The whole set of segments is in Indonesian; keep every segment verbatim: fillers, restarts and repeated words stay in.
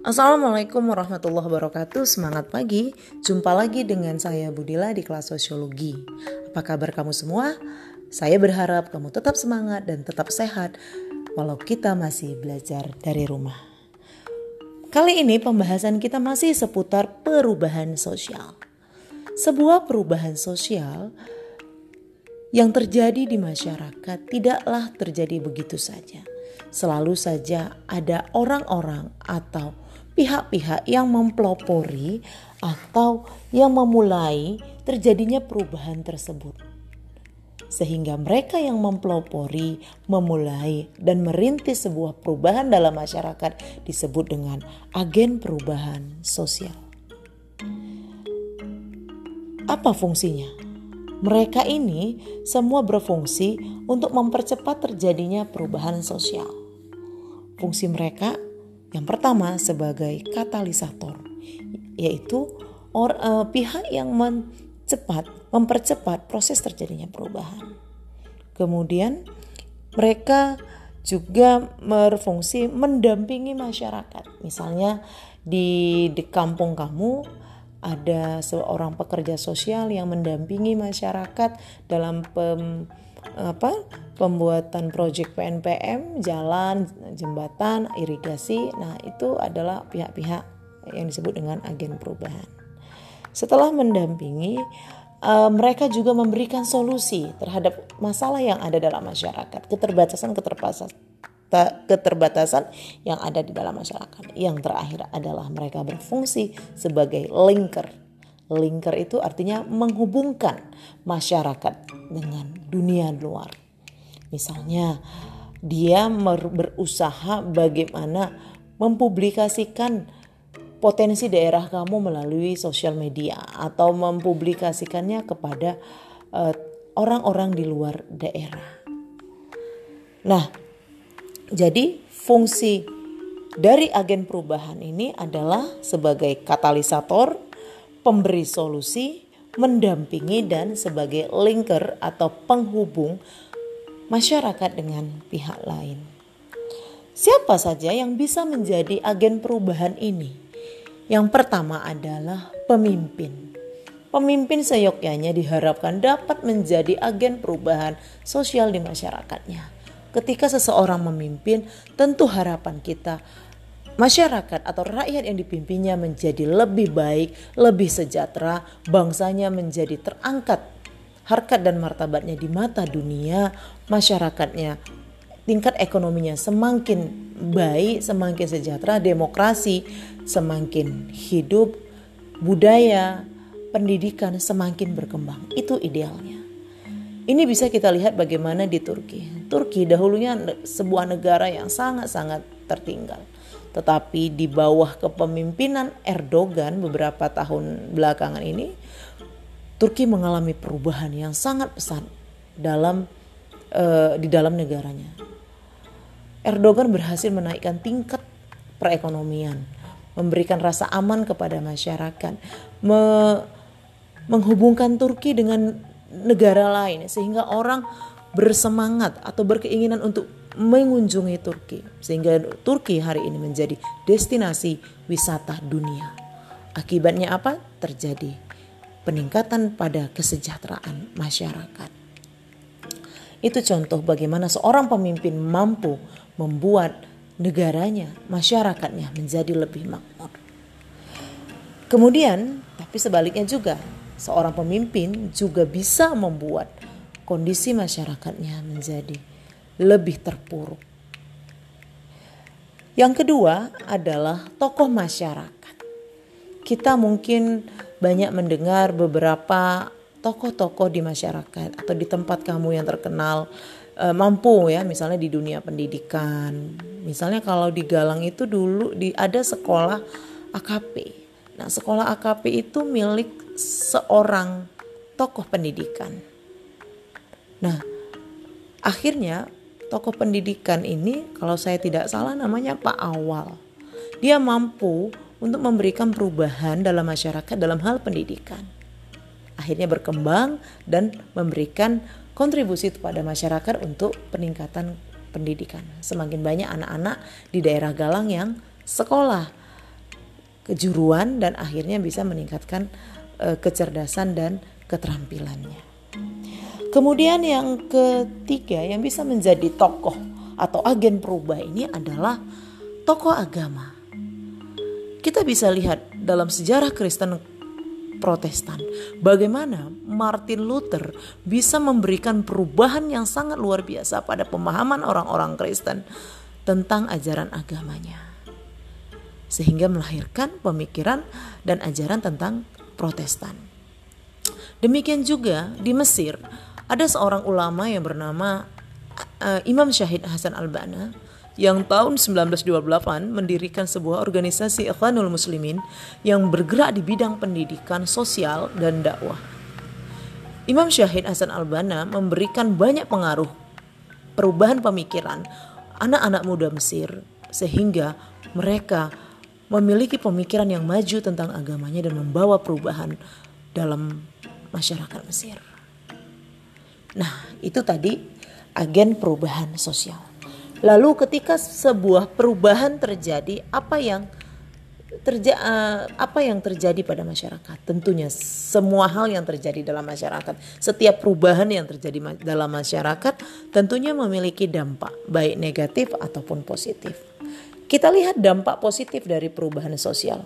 Assalamualaikum warahmatullahi wabarakatuh. Semangat pagi. Jumpa lagi dengan saya Budila di kelas sosiologi. Apa kabar kamu semua? Saya berharap kamu tetap semangat dan tetap sehat walau kita masih belajar dari rumah. Kali ini pembahasan kita masih seputar perubahan sosial. Sebuah perubahan sosial yang terjadi di masyarakat tidaklah terjadi begitu saja. Selalu saja ada orang-orang atau pihak-pihak yang mempelopori atau yang memulai terjadinya perubahan tersebut. Sehingga mereka yang mempelopori, memulai dan merintis sebuah perubahan dalam masyarakat disebut dengan agen perubahan sosial. Apa fungsinya? Mereka ini semua berfungsi untuk mempercepat terjadinya perubahan sosial. Fungsi mereka yang pertama sebagai katalisator, yaitu or, uh, pihak yang mencepat, mempercepat proses terjadinya perubahan. Kemudian mereka juga berfungsi mendampingi masyarakat. Misalnya di, di kampung kamu ada seorang pekerja sosial yang mendampingi masyarakat dalam pem, apa pembuatan proyek P N P M, jalan, jembatan, irigasi. Nah, itu adalah pihak-pihak yang disebut dengan agen perubahan. Setelah mendampingi, uh, mereka juga memberikan solusi terhadap masalah yang ada dalam masyarakat, keterbatasan-keterbatasan keterbatasan yang ada di dalam masyarakat. Yang terakhir adalah mereka berfungsi sebagai linker. Linker itu artinya menghubungkan masyarakat dengan dunia luar. Misalnya dia berusaha bagaimana mempublikasikan potensi daerah kamu melalui sosial media atau mempublikasikannya kepada uh, orang-orang di luar daerah. Nah, jadi fungsi dari agen perubahan ini adalah sebagai katalisator, pemberi solusi, mendampingi dan sebagai linker atau penghubung masyarakat dengan pihak lain. Siapa saja yang bisa menjadi agen perubahan ini? Yang pertama adalah pemimpin. Pemimpin seyogyanya diharapkan dapat menjadi agen perubahan sosial di masyarakatnya. Ketika seseorang memimpin, tentu harapan kita masyarakat atau rakyat yang dipimpinnya menjadi lebih baik, lebih sejahtera, bangsanya menjadi terangkat harkat dan martabatnya di mata dunia, masyarakatnya tingkat ekonominya semakin baik, semakin sejahtera, demokrasi semakin hidup, budaya, pendidikan semakin berkembang. Itu idealnya. Ini bisa kita lihat bagaimana di Turki. Turki dahulunya sebuah negara yang sangat-sangat tertinggal. Tetapi di bawah kepemimpinan Erdogan beberapa tahun belakangan ini, Turki mengalami perubahan yang sangat pesat dalam uh, di dalam negaranya. Erdogan berhasil menaikkan tingkat perekonomian, memberikan rasa aman kepada masyarakat, me- menghubungkan Turki dengan negara lain sehingga orang bersemangat atau berkeinginan untuk mengunjungi Turki, sehingga Turki hari ini menjadi destinasi wisata dunia. Akibatnya apa? Terjadi peningkatan pada kesejahteraan masyarakat. Itu contoh bagaimana seorang pemimpin mampu membuat negaranya, masyarakatnya menjadi lebih makmur. Kemudian, tapi sebaliknya juga, seorang pemimpin juga bisa membuat kondisi masyarakatnya menjadi lebih terpuruk. Yang kedua adalah tokoh masyarakat. Kita mungkin banyak mendengar beberapa tokoh-tokoh di masyarakat atau di tempat kamu yang terkenal e, mampu ya, misalnya di dunia pendidikan. Misalnya kalau di Galang itu dulu di ada sekolah A K P. Nah, sekolah A K P itu milik seorang tokoh pendidikan. Nah, akhirnya tokoh pendidikan ini, kalau saya tidak salah namanya Pak Awal. Dia mampu untuk memberikan perubahan dalam masyarakat dalam hal pendidikan. Akhirnya berkembang dan memberikan kontribusi kepada masyarakat untuk peningkatan pendidikan. Semakin banyak anak-anak di daerah Galang yang sekolah. kejuruan dan akhirnya bisa meningkatkan uh, kecerdasan dan keterampilannya. Kemudian yang ketiga yang bisa menjadi tokoh atau agen perubahan ini adalah tokoh agama. Kita bisa lihat dalam sejarah Kristen Protestan bagaimana Martin Luther bisa memberikan perubahan yang sangat luar biasa pada pemahaman orang-orang Kristen tentang ajaran agamanya, sehingga melahirkan pemikiran dan ajaran tentang Protestan. Demikian juga di Mesir ada seorang ulama yang bernama uh, Imam Syahid Hasan Al-Banna yang tahun sembilan belas dua puluh delapan mendirikan sebuah organisasi Ikhwanul Muslimin yang bergerak di bidang pendidikan sosial dan dakwah. Imam Syahid Hasan Al-Banna memberikan banyak pengaruh perubahan pemikiran anak-anak muda Mesir sehingga mereka memiliki pemikiran yang maju tentang agamanya dan membawa perubahan dalam masyarakat Mesir. Nah, itu tadi agen perubahan sosial. Lalu ketika sebuah perubahan terjadi, apa yang terja, uh, apa yang terjadi pada masyarakat? Tentunya semua hal yang terjadi dalam masyarakat, setiap perubahan yang terjadi ma- dalam masyarakat tentunya memiliki dampak baik negatif ataupun positif. Kita lihat dampak positif dari perubahan sosial.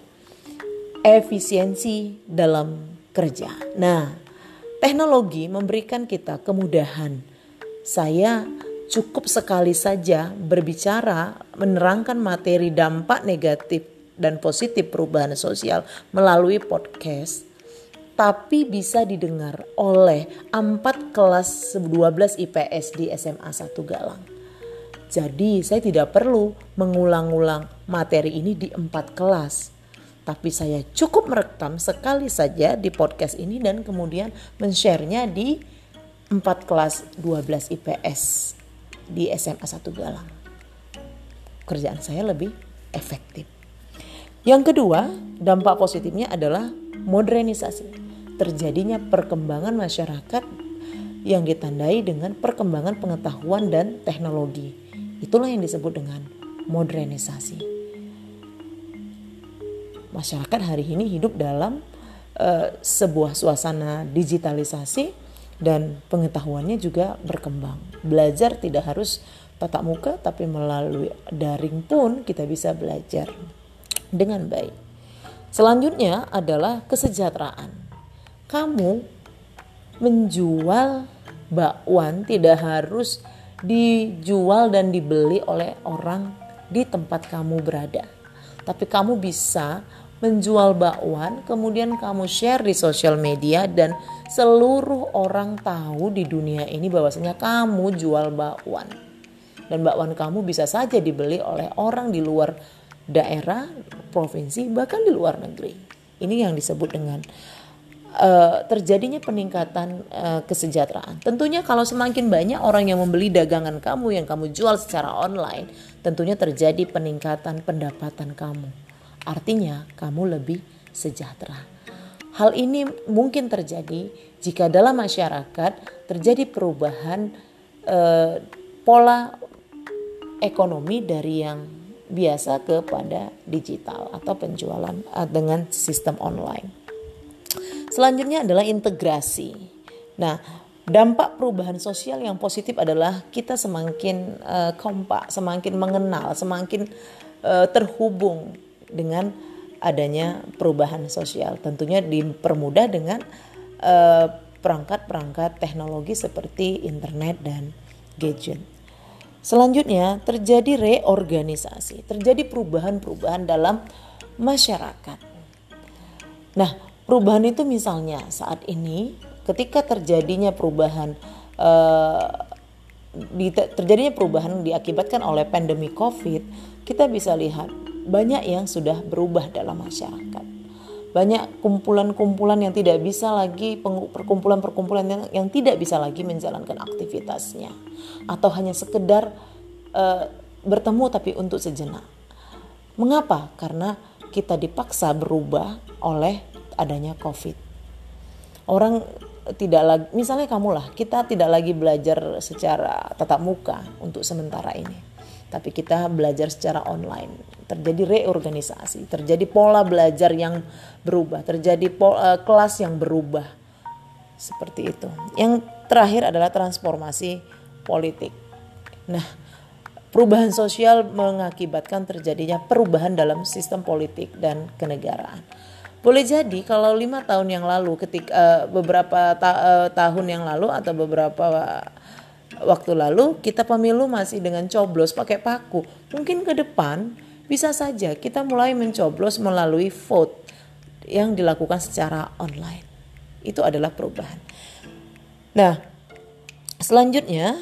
Efisiensi dalam kerja. Nah, teknologi memberikan kita kemudahan. Saya cukup sekali saja berbicara, menerangkan materi dampak negatif dan positif perubahan sosial melalui podcast, tapi bisa didengar oleh empat kelas dua belas I P S di S M A satu Galang. Jadi saya tidak perlu mengulang-ulang materi ini di empat kelas, tapi saya cukup merekam sekali saja di podcast ini dan kemudian men-share-nya di empat kelas dua belas I P S di S M A satu Galang. Kerjaan saya lebih efektif. Yang kedua, dampak positifnya adalah modernisasi. Terjadinya perkembangan masyarakat yang ditandai dengan perkembangan pengetahuan dan teknologi. Itulah yang disebut dengan modernisasi. Masyarakat hari ini hidup dalam uh, sebuah suasana digitalisasi dan pengetahuannya juga berkembang. Belajar tidak harus tatap muka, tapi melalui daring pun kita bisa belajar dengan baik. Selanjutnya adalah kesejahteraan. Kamu menjual bakwan tidak harus dijual dan dibeli oleh orang di tempat kamu berada, tapi kamu bisa menjual bakwan, kemudian kamu share di sosial media dan seluruh orang tahu di dunia ini bahwasanya kamu jual bakwan. Dan bakwan kamu bisa saja dibeli oleh orang di luar daerah, provinsi, bahkan di luar negeri. Ini yang disebut dengan uh, terjadinya peningkatan uh, kesejahteraan. Tentunya kalau semakin banyak orang yang membeli dagangan kamu yang kamu jual secara online, tentunya terjadi peningkatan pendapatan kamu. Artinya kamu lebih sejahtera. Hal ini mungkin terjadi jika dalam masyarakat terjadi perubahan eh, pola ekonomi dari yang biasa kepada digital atau penjualan eh, dengan sistem online. Selanjutnya adalah integrasi. Nah, dampak perubahan sosial yang positif adalah kita semakin eh, kompak, semakin mengenal, semakin eh, terhubung dengan adanya perubahan sosial. Tentunya dipermudah dengan uh, perangkat-perangkat teknologi seperti internet dan gadget. Selanjutnya terjadi reorganisasi, terjadi perubahan-perubahan dalam masyarakat. Nah, perubahan itu misalnya saat ini ketika terjadinya perubahan uh, di, terjadinya perubahan diakibatkan oleh pandemi COVID, kita bisa lihat banyak yang sudah berubah dalam masyarakat. Banyak kumpulan-kumpulan yang tidak bisa lagi, perkumpulan-perkumpulan yang, yang tidak bisa lagi menjalankan aktivitasnya. Atau hanya sekedar uh, bertemu tapi untuk sejenak. Mengapa? Karena kita dipaksa berubah oleh adanya COVID. Orang tidak lagi, misalnya kamu lah, kita tidak lagi belajar secara tatap muka untuk sementara ini. tapi kita belajar secara online. Terjadi reorganisasi, terjadi pola belajar yang berubah, terjadi pola, uh, kelas yang berubah. Seperti itu. Yang terakhir adalah transformasi politik. Nah, perubahan sosial mengakibatkan terjadinya perubahan dalam sistem politik dan kenegaraan. Boleh jadi kalau lima tahun yang lalu, ketika uh, beberapa ta- uh, tahun yang lalu atau beberapa waktu lalu kita pemilu masih dengan coblos pakai paku. Mungkin ke depan bisa saja kita mulai mencoblos melalui vote yang dilakukan secara online. Itu adalah perubahan. Nah, selanjutnya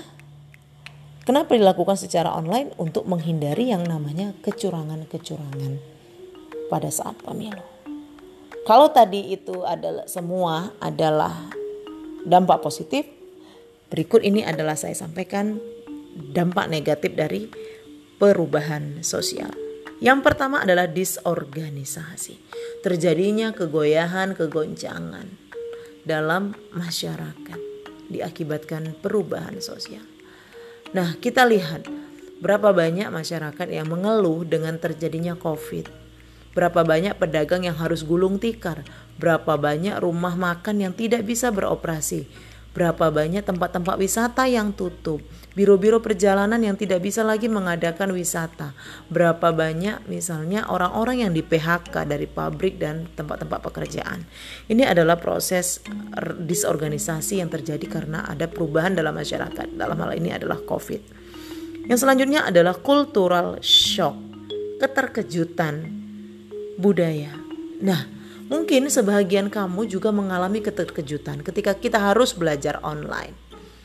kenapa dilakukan secara online? Untuk menghindari yang namanya kecurangan-kecurangan pada saat pemilu. Kalau tadi itu adalah semua adalah dampak positif, berikut ini adalah saya sampaikan dampak negatif dari perubahan sosial. Yang pertama adalah disorganisasi. Terjadinya kegoyahan, kegoncangan dalam masyarakat diakibatkan perubahan sosial. Nah, kita lihat berapa banyak masyarakat yang mengeluh dengan terjadinya COVID. Berapa banyak pedagang yang harus gulung tikar, berapa banyak rumah makan yang tidak bisa beroperasi, berapa banyak tempat-tempat wisata yang tutup, biro-biro perjalanan yang tidak bisa lagi mengadakan wisata, berapa banyak misalnya orang-orang yang di P H K dari pabrik dan tempat-tempat pekerjaan. Ini adalah proses disorganisasi yang terjadi karena ada perubahan dalam masyarakat. Dalam hal ini adalah COVID. Yang selanjutnya adalah cultural shock, keterkejutan budaya. Nah, mungkin sebahagian kamu juga mengalami keterkejutan ketika kita harus belajar online.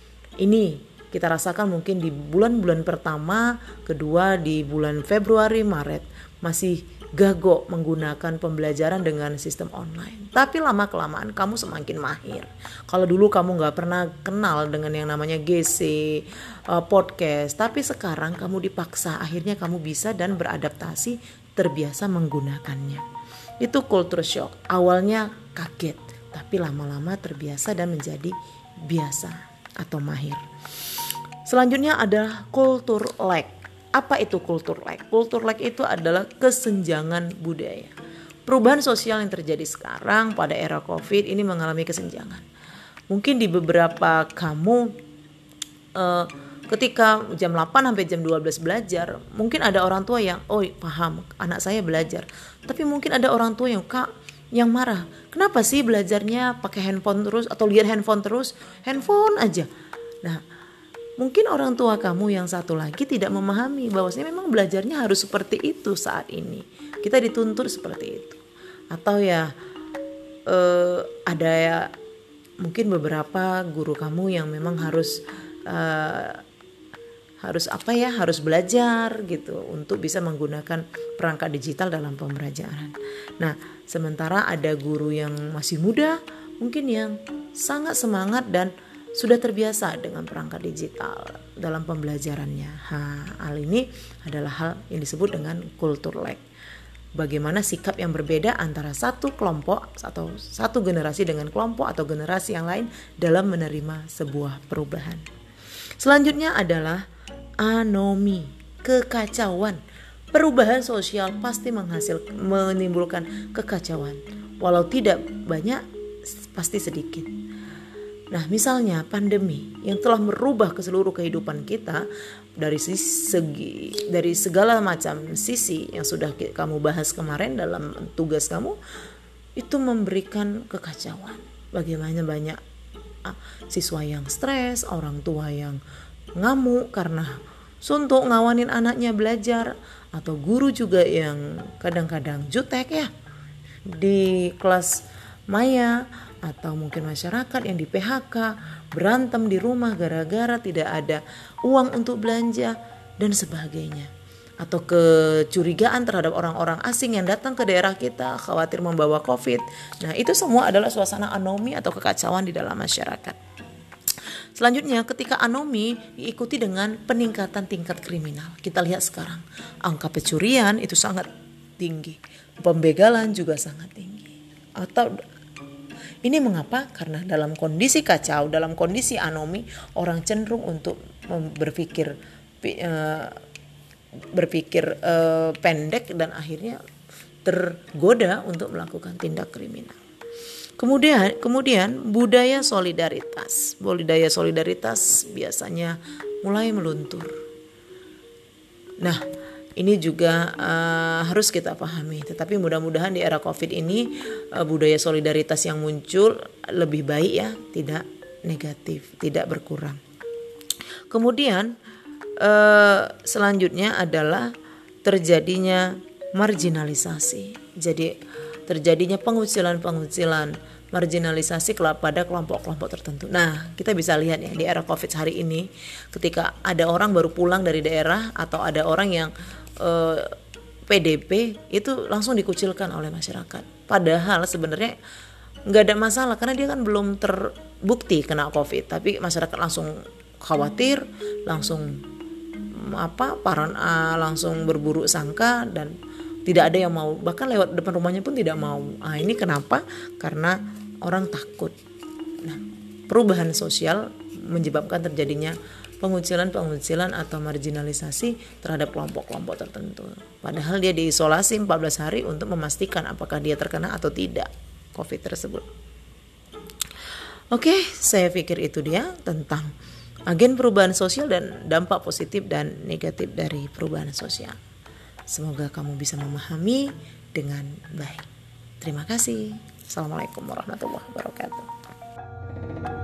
Ini kita rasakan mungkin di bulan-bulan pertama, kedua di bulan Februari, Maret masih gagok menggunakan pembelajaran dengan sistem online. Tapi lama-kelamaan kamu semakin mahir. Kalau dulu kamu gak pernah kenal dengan yang namanya G C, uh, podcast, tapi sekarang kamu dipaksa, akhirnya kamu bisa dan beradaptasi, terbiasa menggunakannya. Itu culture shock. Awalnya kaget, tapi lama-lama terbiasa dan menjadi biasa atau mahir. Selanjutnya adalah culture lag. Apa itu culture lag? Culture lag itu adalah kesenjangan budaya. Perubahan sosial yang terjadi sekarang pada era COVID ini mengalami kesenjangan. Mungkin di beberapa kamu uh, ketika jam delapan sampai jam dua belas belajar, mungkin ada orang tua yang oh paham anak saya belajar. Tapi mungkin ada orang tua yang kak yang marah. Kenapa sih belajarnya pakai handphone terus atau lihat handphone terus? Handphone aja. Nah, mungkin orang tua kamu yang satu lagi tidak memahami bahwasanya memang belajarnya harus seperti itu saat ini. Kita dituntut seperti itu. Atau ya eh, ada ya mungkin beberapa guru kamu yang memang harus eh, harus apa ya harus belajar gitu untuk bisa menggunakan perangkat digital dalam pembelajaran. Nah, sementara ada guru yang masih muda mungkin yang sangat semangat dan sudah terbiasa dengan perangkat digital dalam pembelajarannya. Ha, hal ini adalah hal yang disebut dengan culture lag. Bagaimana sikap yang berbeda antara satu kelompok atau satu generasi dengan kelompok atau generasi yang lain dalam menerima sebuah perubahan. Selanjutnya adalah anomi, kekacauan. Perubahan sosial pasti menghasil menimbulkan kekacauan. Walau tidak banyak, pasti sedikit. Nah, misalnya pandemi yang telah merubah ke seluruh kehidupan kita dari segi dari segala macam sisi yang sudah kamu bahas kemarin dalam tugas kamu, itu memberikan kekacauan. Bagaimana banyak ah, siswa yang stres, orang tua yang ngamuk karena suntuk ngawanin anaknya belajar, atau guru juga yang kadang-kadang jutek ya di kelas maya, atau mungkin masyarakat yang di P H K berantem di rumah gara-gara tidak ada uang untuk belanja dan sebagainya, atau kecurigaan terhadap orang-orang asing yang datang ke daerah kita khawatir membawa COVID. Nah, itu semua adalah suasana anomi atau kekacauan di dalam masyarakat. Selanjutnya, ketika anomi diikuti dengan peningkatan tingkat kriminal. Kita lihat sekarang, angka pencurian itu sangat tinggi, pembegalan juga sangat tinggi. Atau ini mengapa? Karena dalam kondisi kacau, dalam kondisi anomi, orang cenderung untuk berpikir berpikir uh, pendek dan akhirnya tergoda untuk melakukan tindak kriminal. Kemudian, kemudian budaya solidaritas. Budaya solidaritas biasanya mulai meluntur. Nah, ini juga uh, harus kita pahami. Tetapi mudah-mudahan di era COVID ini uh, budaya solidaritas yang muncul lebih baik ya, tidak negatif, tidak berkurang. Kemudian uh, selanjutnya adalah terjadinya marginalisasi. Jadi terjadinya pengucilan-pengucilan, marginalisasi pada kelompok-kelompok tertentu. Nah, kita bisa lihat ya di era COVID hari ini, ketika ada orang baru pulang dari daerah atau ada orang yang eh, P D P itu langsung dikucilkan oleh masyarakat. Padahal sebenarnya nggak ada masalah karena dia kan belum terbukti kena COVID, tapi masyarakat langsung khawatir, langsung apa, paran, langsung berburuk sangka dan tidak ada yang mau, bahkan lewat depan rumahnya pun tidak mau. Ah, ini kenapa? Karena orang takut. Nah, perubahan sosial menyebabkan terjadinya pengucilan-pengucilan atau marginalisasi terhadap kelompok-kelompok tertentu. Padahal dia diisolasi empat belas hari untuk memastikan apakah dia terkena atau tidak COVID tersebut. Oke, saya pikir itu dia tentang agen perubahan sosial dan dampak positif dan negatif dari perubahan sosial. Semoga kamu bisa memahami dengan baik. Terima kasih. Assalamualaikum warahmatullahi wabarakatuh.